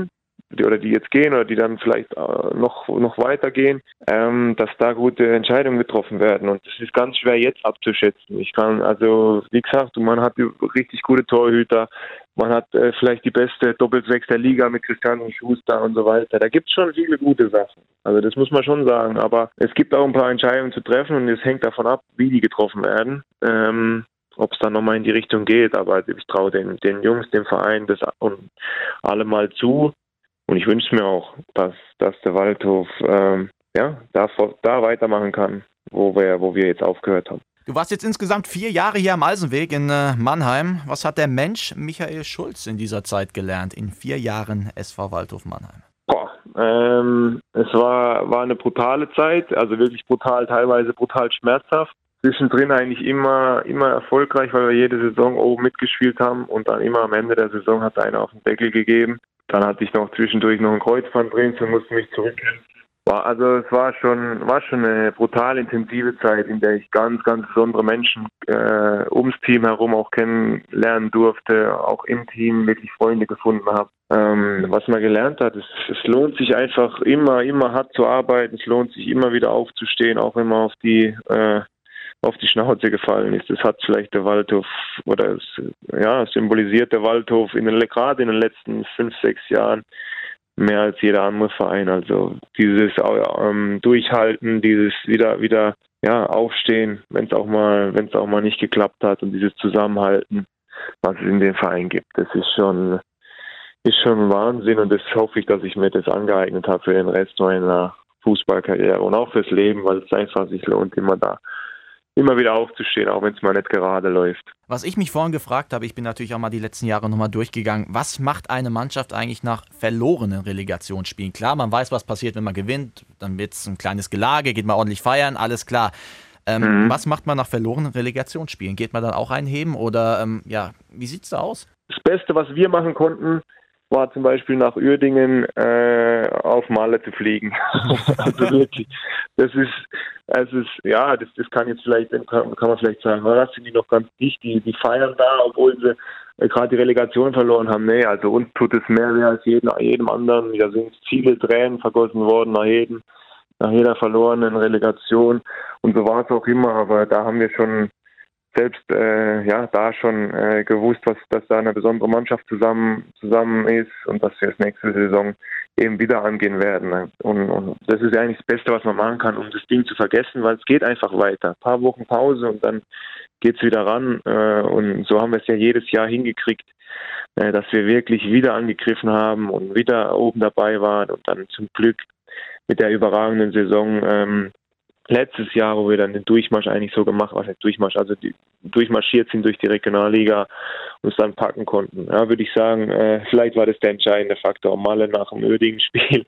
S4: die, oder die jetzt gehen oder die dann vielleicht äh, noch, noch weitergehen, ähm, dass da gute Entscheidungen getroffen werden. Und das ist ganz schwer jetzt abzuschätzen. Ich kann, also wie gesagt, man hat richtig gute Torhüter, man hat äh, vielleicht die beste Doppelsechs der Liga mit Christian Schuster und so weiter. Da gibt es schon viele gute Sachen. Also das muss man schon sagen. Aber es gibt auch ein paar Entscheidungen zu treffen und es hängt davon ab, wie die getroffen werden. Ähm, ob es dann nochmal in die Richtung geht. Aber ich traue den, den Jungs, dem Verein das und alle mal zu. Und ich wünsche mir auch, dass, dass der Waldhof ähm, ja, da, da weitermachen kann, wo wir, wo wir jetzt aufgehört haben.
S3: Du warst jetzt insgesamt vier Jahre hier am Alsenweg in äh, Mannheim. Was hat der Mensch Michael Schulz in dieser Zeit gelernt, in vier Jahren S V Waldhof Mannheim?
S4: Boah, ähm, es war, war eine brutale Zeit, also wirklich brutal, teilweise brutal schmerzhaft. Zwischendrin eigentlich immer, immer erfolgreich, weil wir jede Saison oben mitgespielt haben und dann immer am Ende der Saison hat einer auf den Deckel gegeben. Dann hatte ich noch zwischendurch noch ein Kreuzband drin und musste mich zurückkämpfen. War, also es war schon, war schon eine brutal intensive Zeit, in der ich ganz, ganz besondere Menschen äh, ums Team herum auch kennenlernen durfte, auch im Team wirklich Freunde gefunden habe. Ähm, was man gelernt hat, es, es lohnt sich einfach immer, immer hart zu arbeiten, es lohnt sich immer wieder aufzustehen, auch wenn man auf die äh, auf die Schnauze gefallen ist. Das hat vielleicht der Waldhof oder es, ja, symbolisiert der Waldhof in den, gerade in den letzten fünf, sechs Jahren mehr als jeder andere Verein. Also dieses ähm, Durchhalten, dieses wieder wieder ja aufstehen, wenn es auch mal wenn es auch mal nicht geklappt hat und dieses Zusammenhalten, was es in dem Verein gibt, das ist schon ist schon Wahnsinn und das hoffe ich, dass ich mir das angeeignet habe für den Rest meiner Fußballkarriere und auch fürs Leben, weil es einfach sich lohnt, immer da immer wieder aufzustehen, auch wenn es mal nicht gerade läuft.
S3: Was ich mich vorhin gefragt habe, ich bin natürlich auch mal die letzten Jahre nochmal durchgegangen, was macht eine Mannschaft eigentlich nach verlorenen Relegationsspielen? Klar, man weiß, was passiert, wenn man gewinnt, dann wird es ein kleines Gelage, geht man ordentlich feiern, alles klar. Ähm, mhm. Was macht man nach verlorenen Relegationsspielen? Geht man dann auch einheben oder ähm, ja, wie sieht es da aus?
S4: Das Beste, was wir machen konnten, war zum Beispiel nach Uerdingen äh, auf Malle zu fliegen. Also wirklich, das ist, es ist, ja, das, das kann jetzt vielleicht, kann, kann man vielleicht sagen, oh, das sind die noch ganz dicht, die, die feiern da, obwohl sie äh, gerade die Relegation verloren haben. Nee, also uns tut es mehr weh als jedem, jedem anderen. Da sind viele Tränen vergossen worden nach jedem, nach jeder verlorenen Relegation. Und so war es auch immer, aber da haben wir schon selbst äh, ja da schon äh, gewusst, was, dass da eine besondere Mannschaft zusammen zusammen ist und dass wir das nächste Saison eben wieder angehen werden. Und, und das ist eigentlich das Beste, was man machen kann, um das Ding zu vergessen, weil es geht einfach weiter. Ein paar Wochen Pause und dann geht's wieder ran. Äh, und so haben wir es ja jedes Jahr hingekriegt, äh, dass wir wirklich wieder angegriffen haben und wieder oben dabei waren und dann zum Glück mit der überragenden Saison ähm, letztes Jahr, wo wir dann den Durchmarsch eigentlich so gemacht, was heißt Durchmarsch, also die, durchmarschiert sind durch die Regionalliga und es dann packen konnten. Ja, würde ich sagen, äh, vielleicht war das der entscheidende Faktor, Malle nach dem Uerdingen-Spiel.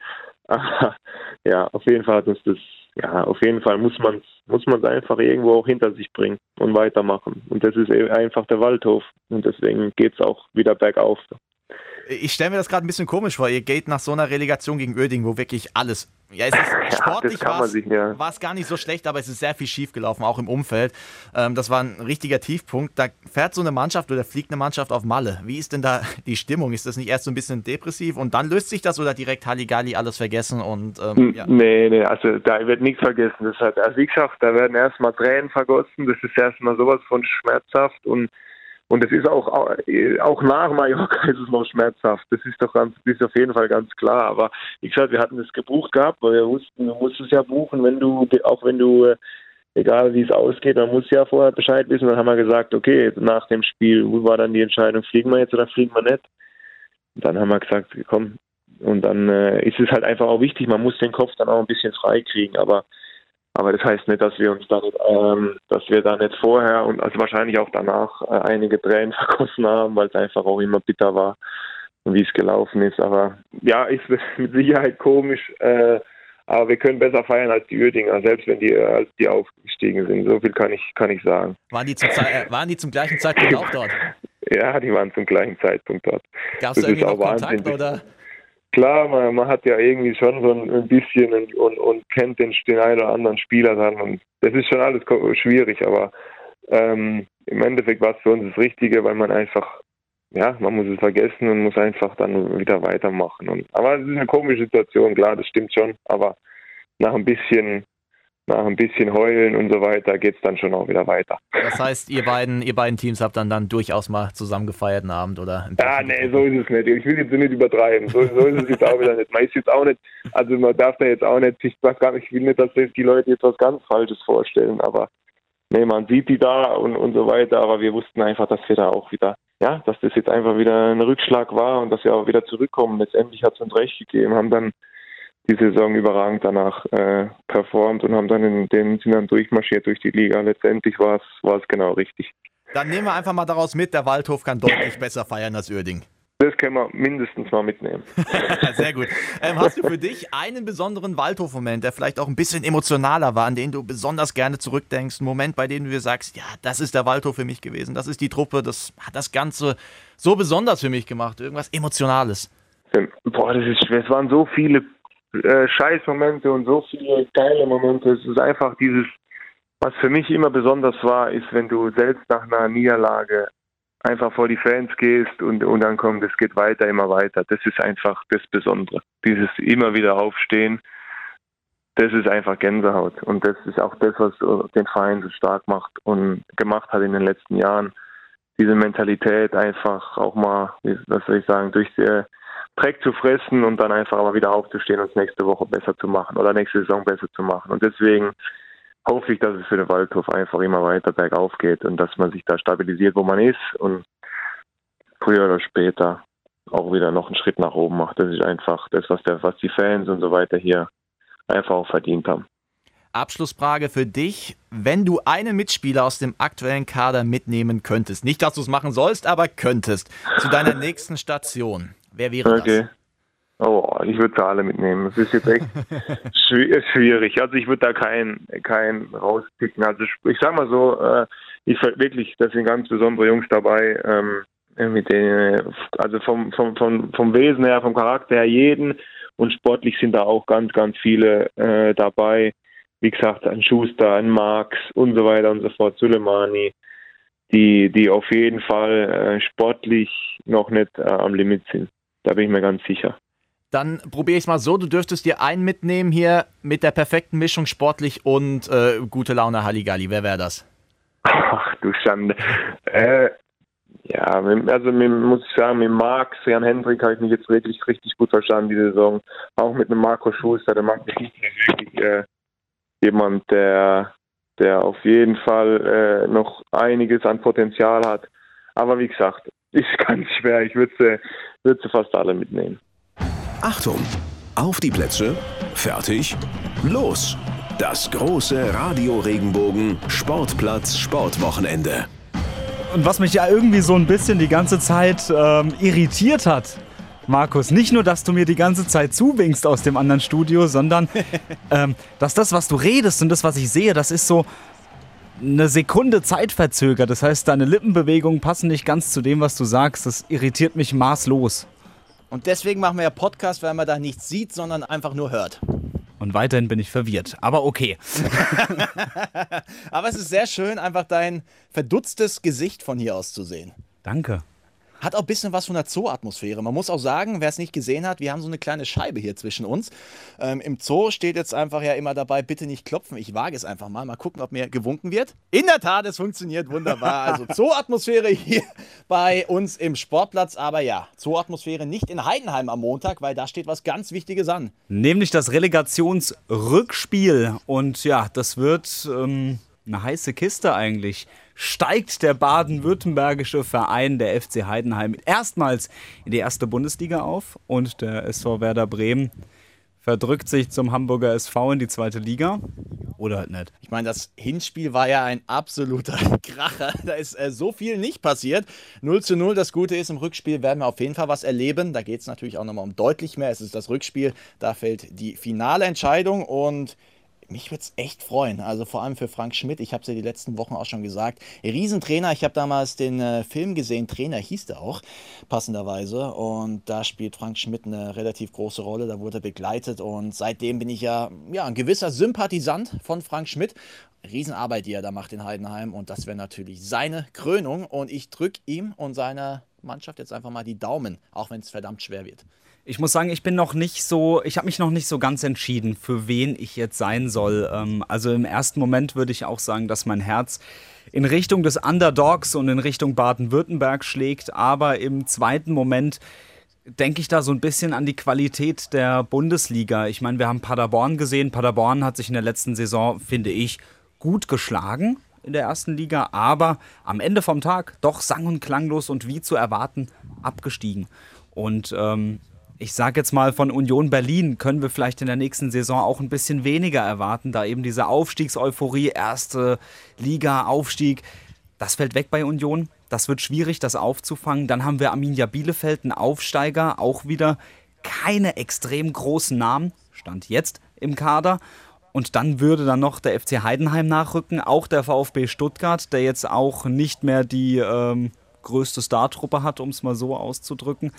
S4: Ja, auf jeden Fall hat uns das, ja, auf jeden Fall muss man muss man es einfach irgendwo auch hinter sich bringen und weitermachen. Und das ist einfach der Waldhof und deswegen geht es auch wieder bergauf.
S3: Ich stelle mir das gerade ein bisschen komisch vor. Ihr geht nach so einer Relegation gegen Uerdingen, wo wirklich alles, ja, es ist sportlich,
S4: ja, war es ja.
S3: gar nicht so schlecht, aber es ist sehr viel schief gelaufen, auch im Umfeld. Ähm, das war ein richtiger Tiefpunkt. Da fährt so eine Mannschaft oder fliegt eine Mannschaft auf Malle. Wie ist denn da die Stimmung? Ist das nicht erst so ein bisschen depressiv und dann löst sich das oder direkt Halligalli alles vergessen? Und, ähm, ja.
S4: Nee, nee, also da wird nichts vergessen. Das hat, also wie gesagt, da werden erstmal Tränen vergossen. Das ist erstmal sowas von schmerzhaft und Und es ist auch, auch nach Mallorca ist es noch schmerzhaft. Das ist doch ganz, das ist auf jeden Fall ganz klar. Aber wie gesagt, wir hatten das gebucht gehabt, weil wir wussten, du musst es ja buchen, wenn du, auch wenn du, egal wie es ausgeht, man muss ja vorher Bescheid wissen. Dann haben wir gesagt, okay, nach dem Spiel war dann die Entscheidung, fliegen wir jetzt oder fliegen wir nicht? Und dann haben wir gesagt, komm. Und dann äh, ist es halt einfach auch wichtig, man muss den Kopf dann auch ein bisschen frei kriegen. Aber Aber das heißt nicht, dass wir uns da nicht, ähm, dass wir da nicht vorher und also wahrscheinlich auch danach äh, einige Tränen vergossen haben, weil es einfach auch immer bitter war, wie es gelaufen ist. Aber ja, ist mit Sicherheit komisch. Äh, aber wir können besser feiern als die Uerdinger, selbst wenn die als die aufgestiegen sind. So viel kann ich kann ich sagen.
S3: Waren die zum, Ze- waren die zum gleichen Zeitpunkt auch dort?
S4: Ja, die waren zum gleichen Zeitpunkt dort.
S3: Gab es da irgendwie noch Kontakt oder?
S4: Klar, man, man hat ja irgendwie schon so ein bisschen und, und, und kennt den, den einen oder anderen Spieler dann und das ist schon alles schwierig, aber ähm, im Endeffekt war es für uns das Richtige, weil man einfach ja, man muss es vergessen und muss einfach dann wieder weitermachen. Und, aber es ist eine komische Situation, klar, das stimmt schon, aber nach ein bisschen, nach ein bisschen Heulen und so weiter geht es dann schon auch wieder weiter.
S3: Das heißt, ihr beiden, ihr beiden Teams habt dann, dann durchaus mal zusammen gefeiert einen Abend, oder?
S4: Ja, nee, so ist es nicht. Ich will jetzt nicht übertreiben. So, so ist es jetzt auch wieder nicht. Man ist jetzt auch nicht, also man darf da jetzt auch nicht, ich weiß gar nicht, ich will nicht, dass die Leute jetzt was ganz Falsches vorstellen, aber nee, man sieht die da und, und so weiter, aber wir wussten einfach, dass wir da auch wieder, ja, dass das jetzt einfach wieder ein Rückschlag war und dass wir auch wieder zurückkommen. Letztendlich hat es uns recht gegeben, haben dann die Saison überragend danach äh, performt und haben dann in den sind dann durchmarschiert durch die Liga. Letztendlich war es war es genau richtig.
S3: Dann nehmen wir einfach mal daraus mit, der Waldhof kann deutlich besser feiern als Uerdingen.
S4: Das können wir mindestens mal mitnehmen.
S3: Sehr gut. Ähm, hast du für dich einen besonderen Waldhof-Moment, der vielleicht auch ein bisschen emotionaler war, an den du besonders gerne zurückdenkst? Ein Moment, bei dem du dir sagst, ja, das ist der Waldhof für mich gewesen, das ist die Truppe, das hat das Ganze so besonders für mich gemacht, irgendwas Emotionales.
S4: Boah, das ist schwer. Es waren so viele äh, Scheißmomente und so viele geile Momente. Es ist einfach dieses, was für mich immer besonders war, ist, wenn du selbst nach einer Niederlage einfach vor die Fans gehst und, und dann kommt, es geht weiter, immer weiter. Das ist einfach das Besondere. Dieses immer wieder Aufstehen, das ist einfach Gänsehaut. Und das ist auch das, was den Verein so stark macht und gemacht hat in den letzten Jahren. Diese Mentalität einfach auch mal, was soll ich sagen, durch die Dreck zu fressen und dann einfach aber wieder aufzustehen und es nächste Woche besser zu machen oder nächste Saison besser zu machen. Und deswegen hoffe ich, dass es für den Waldhof einfach immer weiter bergauf geht und dass man sich da stabilisiert, wo man ist und früher oder später auch wieder noch einen Schritt nach oben macht. Das ist einfach das, was, der, was die Fans und so weiter hier einfach auch verdient haben.
S3: Abschlussfrage für dich. Wenn du einen Mitspieler aus dem aktuellen Kader mitnehmen könntest, nicht, dass du es machen sollst, aber könntest, zu deiner nächsten Station, wer wäre
S4: okay. das? Oh, ich würde sie alle mitnehmen. Das ist jetzt echt schwierig. Also ich würde da keinen kein rauspicken. Also ich sag mal so, äh, ich wirklich, da sind ganz besondere Jungs dabei, ähm, mit denen, also vom, vom, vom, vom Wesen her, vom Charakter her jeden und sportlich sind da auch ganz, ganz viele äh, dabei. Wie gesagt, ein Schuster, ein Marx und so weiter und so fort, Sulemani, die, die auf jeden Fall äh, sportlich noch nicht äh, am Limit sind. Da bin ich mir ganz sicher.
S3: Dann probiere ich es mal so, du dürftest dir einen mitnehmen hier mit der perfekten Mischung sportlich und äh, gute Laune Halligalli. Wer wäre das?
S4: Ach du Schande. Äh, ja, also mit, muss ich sagen, mit Marx, Jan Hendrik habe ich mich jetzt wirklich richtig gut verstanden, die Saison. Auch mit einem Marco Schuster, der Marco Schuster ist wirklich äh, jemand, der, der auf jeden Fall äh, noch einiges an Potenzial hat. Aber wie gesagt, ist ganz schwer. Ich würde sie, würd sie fast alle mitnehmen.
S1: Achtung! Auf die Plätze, fertig, los! Das große Radio Regenbogen Sportplatz Sportwochenende.
S2: Und was mich ja irgendwie so ein bisschen die ganze Zeit ähm, irritiert hat, Markus, nicht nur, dass du mir die ganze Zeit zuwinkst aus dem anderen Studio, sondern ähm, dass das, was du redest und das, was ich sehe, das ist so eine Sekunde zeitverzögert. Das heißt, deine Lippenbewegungen passen nicht ganz zu dem, was du sagst. Das irritiert mich maßlos.
S3: Und deswegen machen wir ja Podcast, weil man da nichts sieht, sondern einfach nur hört.
S2: Und weiterhin bin ich verwirrt, aber okay.
S3: Aber es ist sehr schön, einfach dein verdutztes Gesicht von hier aus zu sehen.
S2: Danke.
S3: Hat auch ein bisschen was von der Zoo-Atmosphäre. Man muss auch sagen, wer es nicht gesehen hat, wir haben so eine kleine Scheibe hier zwischen uns. Ähm, Im Zoo steht jetzt einfach ja immer dabei, bitte nicht klopfen. Ich wage es einfach mal. Mal gucken, ob mir gewunken wird. In der Tat, es funktioniert wunderbar. Also Zoo-Atmosphäre hier bei uns im Sportplatz. Aber ja, Zoo-Atmosphäre nicht in Heidenheim am Montag, weil da steht was ganz Wichtiges an.
S2: Nämlich das Relegationsrückspiel. Und ja, das wird ähm, eine heiße Kiste eigentlich. Steigt der baden-württembergische Verein, der F C Heidenheim, erstmals in die erste Bundesliga auf und der S V Werder Bremen verdrückt sich zum Hamburger S V in die zweite Liga. Oder halt nicht.
S3: Ich meine, das Hinspiel war ja ein absoluter Kracher. Da ist äh, so viel nicht passiert. null zu null, das Gute ist, im Rückspiel werden wir auf jeden Fall was erleben. Da geht es natürlich auch nochmal um deutlich mehr. Es ist das Rückspiel, da fällt die finale Entscheidung und mich würde es echt freuen, also vor allem für Frank Schmidt. Ich habe es ja die letzten Wochen auch schon gesagt. Riesentrainer, ich habe damals den äh, Film gesehen, Trainer hieß der auch, passenderweise. Und da spielt Frank Schmidt eine relativ große Rolle, da wurde er begleitet. Und seitdem bin ich ja, ja ein gewisser Sympathisant von Frank Schmidt. Riesenarbeit, die er da macht in Heidenheim. Und das wäre natürlich seine Krönung. Und ich drücke ihm und seiner Mannschaft jetzt einfach mal die Daumen, auch wenn es verdammt schwer wird.
S2: Ich muss sagen, ich bin noch nicht so, ich habe mich noch nicht so ganz entschieden, für wen ich jetzt sein soll. Ähm, also im ersten Moment würde ich auch sagen, dass mein Herz in Richtung des Underdogs und in Richtung Baden-Württemberg schlägt, aber im zweiten Moment denke ich da so ein bisschen an die Qualität der Bundesliga. Ich meine, wir haben Paderborn gesehen. Paderborn hat sich in der letzten Saison, finde ich, gut geschlagen in der ersten Liga, aber am Ende vom Tag doch sang- und klanglos und wie zu erwarten abgestiegen. Und ähm, ich sage jetzt mal, von Union Berlin können wir vielleicht in der nächsten Saison auch ein bisschen weniger erwarten, da eben diese Aufstiegseuphorie, erste Liga, Aufstieg, das fällt weg bei Union. Das wird schwierig, das aufzufangen. Dann haben wir Arminia Bielefeld, einen Aufsteiger, auch wieder keine extrem großen Namen, Stand jetzt im Kader. Und dann würde dann noch der F C Heidenheim nachrücken, auch der VfB Stuttgart, der jetzt auch nicht mehr die ähm, größte Startruppe hat, um es mal so auszudrücken.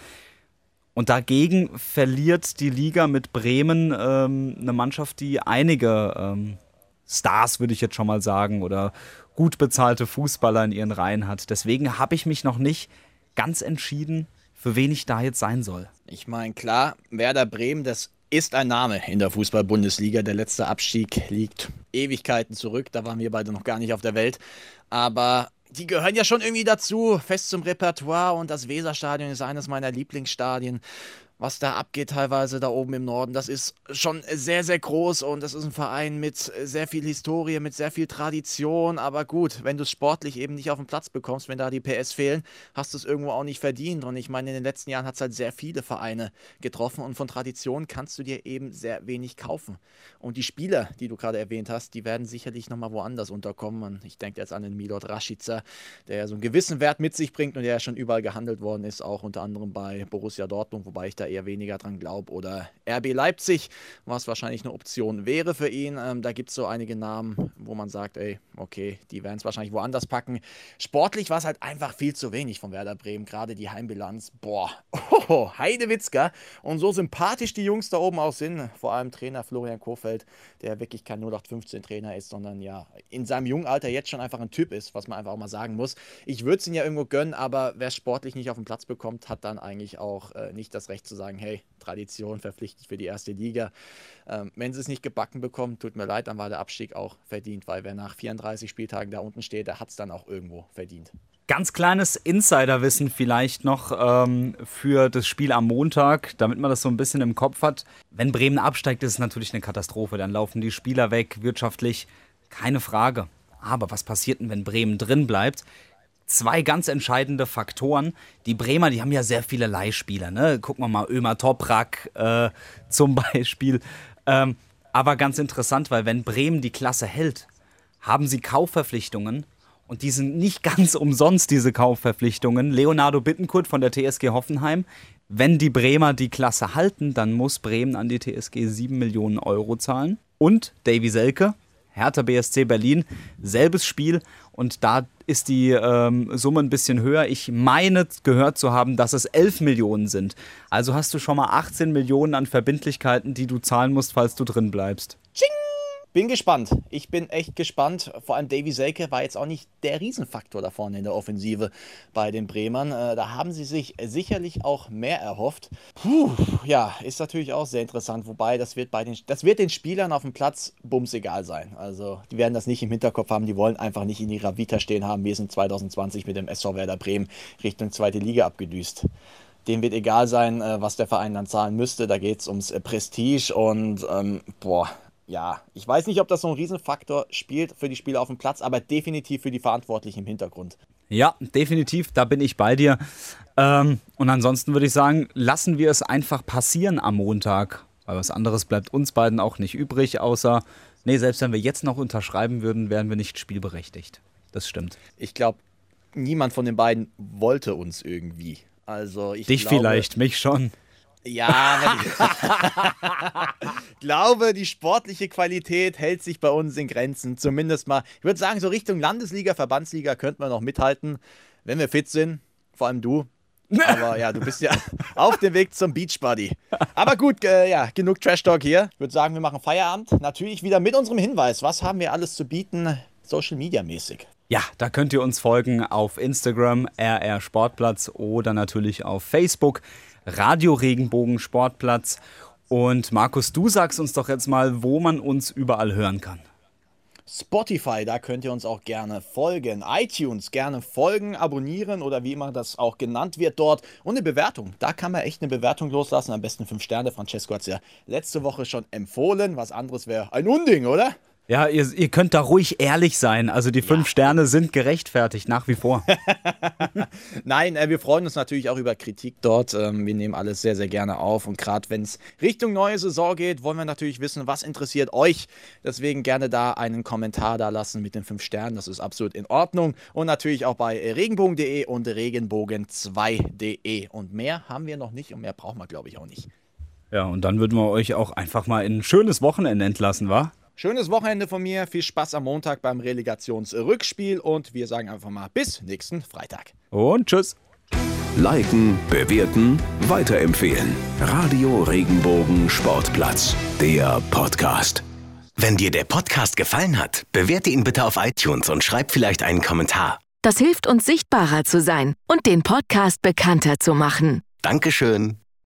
S2: Und dagegen verliert die Liga mit Bremen ähm, eine Mannschaft, die einige ähm, Stars, würde ich jetzt schon mal sagen, oder gut bezahlte Fußballer in ihren Reihen hat. Deswegen habe ich mich noch nicht ganz entschieden, für wen ich da jetzt sein soll.
S3: Ich meine, klar, Werder Bremen, das ist ein Name in der Fußball-Bundesliga. Der letzte Abstieg liegt Ewigkeiten zurück. Da waren wir beide noch gar nicht auf der Welt. Aber die gehören ja schon irgendwie dazu, fest zum Repertoire. Und das Weserstadion ist eines meiner Lieblingsstadien. Was da abgeht teilweise da oben im Norden, das ist schon sehr, sehr groß und das ist ein Verein mit sehr viel Historie, mit sehr viel Tradition, aber gut, wenn du es sportlich eben nicht auf den Platz bekommst, wenn da die P S fehlen, hast du es irgendwo auch nicht verdient und ich meine, in den letzten Jahren hat es halt sehr viele Vereine getroffen und von Tradition kannst du dir eben sehr wenig kaufen und die Spieler, die du gerade erwähnt hast, die werden sicherlich nochmal woanders unterkommen und ich denke jetzt an den Milot Rashica, der ja so einen gewissen Wert mit sich bringt und der ja schon überall gehandelt worden ist, auch unter anderem bei Borussia Dortmund, wobei ich da eher weniger dran glaube, oder R B Leipzig, was wahrscheinlich eine Option wäre für ihn. Ähm, da gibt es so einige Namen, wo man sagt, ey, okay, die werden es wahrscheinlich woanders packen. Sportlich war es halt einfach viel zu wenig von Werder Bremen, gerade die Heimbilanz, boah, oh, Heidewitzka und so sympathisch die Jungs da oben auch sind, vor allem Trainer Florian Kohfeldt, der wirklich kein null acht fünfzehn Trainer ist, sondern ja, in seinem jungen Alter jetzt schon einfach ein Typ ist, was man einfach auch mal sagen muss. Ich würde es ihn ja irgendwo gönnen, aber wer sportlich nicht auf den Platz bekommt, hat dann eigentlich auch äh, nicht das Recht zu sagen, hey, Tradition verpflichtet für die erste Liga. Ähm, wenn sie es nicht gebacken bekommen, tut mir leid, dann war der Abstieg auch verdient, weil wer nach vierunddreißig Spieltagen da unten steht, der hat es dann auch irgendwo verdient.
S2: Ganz kleines Insiderwissen vielleicht noch ähm, für das Spiel am Montag, damit man das so ein bisschen im Kopf hat. Wenn Bremen absteigt, ist es natürlich eine Katastrophe. Dann laufen die Spieler weg, wirtschaftlich, keine Frage. Aber was passiert denn, wenn Bremen drin bleibt? Zwei ganz entscheidende Faktoren. Die Bremer, die haben ja sehr viele Leihspieler. Ne? Gucken wir mal, Ömer Toprak äh, zum Beispiel. Ähm, aber ganz interessant, weil wenn Bremen die Klasse hält, haben sie Kaufverpflichtungen. Und die sind nicht ganz umsonst, diese Kaufverpflichtungen. Leonardo Bittencourt von der T S G Hoffenheim. Wenn die Bremer die Klasse halten, dann muss Bremen an die T S G sieben Millionen Euro zahlen. Und Davy Selke, Hertha B S C Berlin, selbes Spiel und da ist die ähm, Summe ein bisschen höher. Ich meine gehört zu haben, dass es elf Millionen sind. Also hast du schon mal achtzehn Millionen an Verbindlichkeiten, die du zahlen musst, falls du drin bleibst.
S3: Tsching! Bin gespannt. Ich bin echt gespannt. Vor allem Davy Selke war jetzt auch nicht der Riesenfaktor da vorne in der Offensive bei den Bremern. Äh, da haben sie sich sicherlich auch mehr erhofft. Puh, ja, ist natürlich auch sehr interessant. Wobei, das wird, bei den, das wird den Spielern auf dem Platz bums egal sein. Also, die werden das nicht im Hinterkopf haben. Die wollen einfach nicht in ihrer Vita stehen haben, wie es in zwanzig zwanzig mit dem S V Werder Bremen Richtung zweite Liga abgedüst. Dem wird egal sein, was der Verein dann zahlen müsste. Da geht es ums Prestige und, ähm, boah, ja, ich weiß nicht, ob das so ein Riesenfaktor spielt für die Spieler auf dem Platz, aber definitiv für die Verantwortlichen im Hintergrund.
S2: Ja, definitiv, da bin ich bei dir. Ähm, und ansonsten würde ich sagen, lassen wir es einfach passieren am Montag. Weil was anderes bleibt uns beiden auch nicht übrig, außer, nee, selbst wenn wir jetzt noch unterschreiben würden, wären wir nicht spielberechtigt. Das stimmt.
S3: Ich glaube, niemand von den beiden wollte uns irgendwie. Also ich
S2: Dich
S3: glaube,
S2: vielleicht, mich schon.
S3: Ja, ich glaube, die sportliche Qualität hält sich bei uns in Grenzen. Zumindest mal, ich würde sagen, so Richtung Landesliga, Verbandsliga könnten wir noch mithalten, wenn wir fit sind. Vor allem du. Aber ja, du bist ja auf dem Weg zum Beachbody. Aber gut, äh, ja, genug Trash-Talk hier. Ich würde sagen, wir machen Feierabend. Natürlich wieder mit unserem Hinweis. Was haben wir alles zu bieten Social Media mäßig?
S2: Ja, da könnt ihr uns folgen auf Instagram, R R Sportplatz oder natürlich auf Facebook, Radio Regenbogen Sportplatz. Und Markus, du sagst uns doch jetzt mal, wo man uns überall hören kann.
S3: Spotify, da könnt ihr uns auch gerne folgen. iTunes, gerne folgen, abonnieren oder wie immer das auch genannt wird dort. Und eine Bewertung, da kann man echt eine Bewertung loslassen. Am besten fünf Sterne. Francesco hat es ja letzte Woche schon empfohlen. Was anderes wäre ein Unding, oder?
S2: Ja, ihr, ihr könnt da ruhig ehrlich sein. Also die fünf ja. Sterne sind gerechtfertigt, nach wie vor.
S3: Nein, äh, wir freuen uns natürlich auch über Kritik dort. Ähm, wir nehmen alles sehr, sehr gerne auf. Und gerade wenn es Richtung neue Saison geht, wollen wir natürlich wissen, was interessiert euch. Deswegen gerne da einen Kommentar da lassen mit den fünf Sternen. Das ist absolut in Ordnung. Und natürlich auch bei regenbogen punkt de und regenbogen zwei punkt de. Und mehr haben wir noch nicht und mehr brauchen wir, glaube ich, auch nicht.
S2: Ja, und dann würden wir euch auch einfach mal in ein schönes Wochenende entlassen, wa?
S3: Schönes Wochenende von mir, viel Spaß am Montag beim Relegationsrückspiel und wir sagen einfach mal bis nächsten Freitag.
S2: Und tschüss.
S1: Liken, bewerten, weiterempfehlen. Radio Regenbogen Sportplatz, der Podcast.
S5: Wenn dir der Podcast gefallen hat, bewerte ihn bitte auf iTunes und schreib vielleicht einen Kommentar.
S6: Das hilft uns, sichtbarer zu sein und den Podcast bekannter zu machen.
S5: Dankeschön.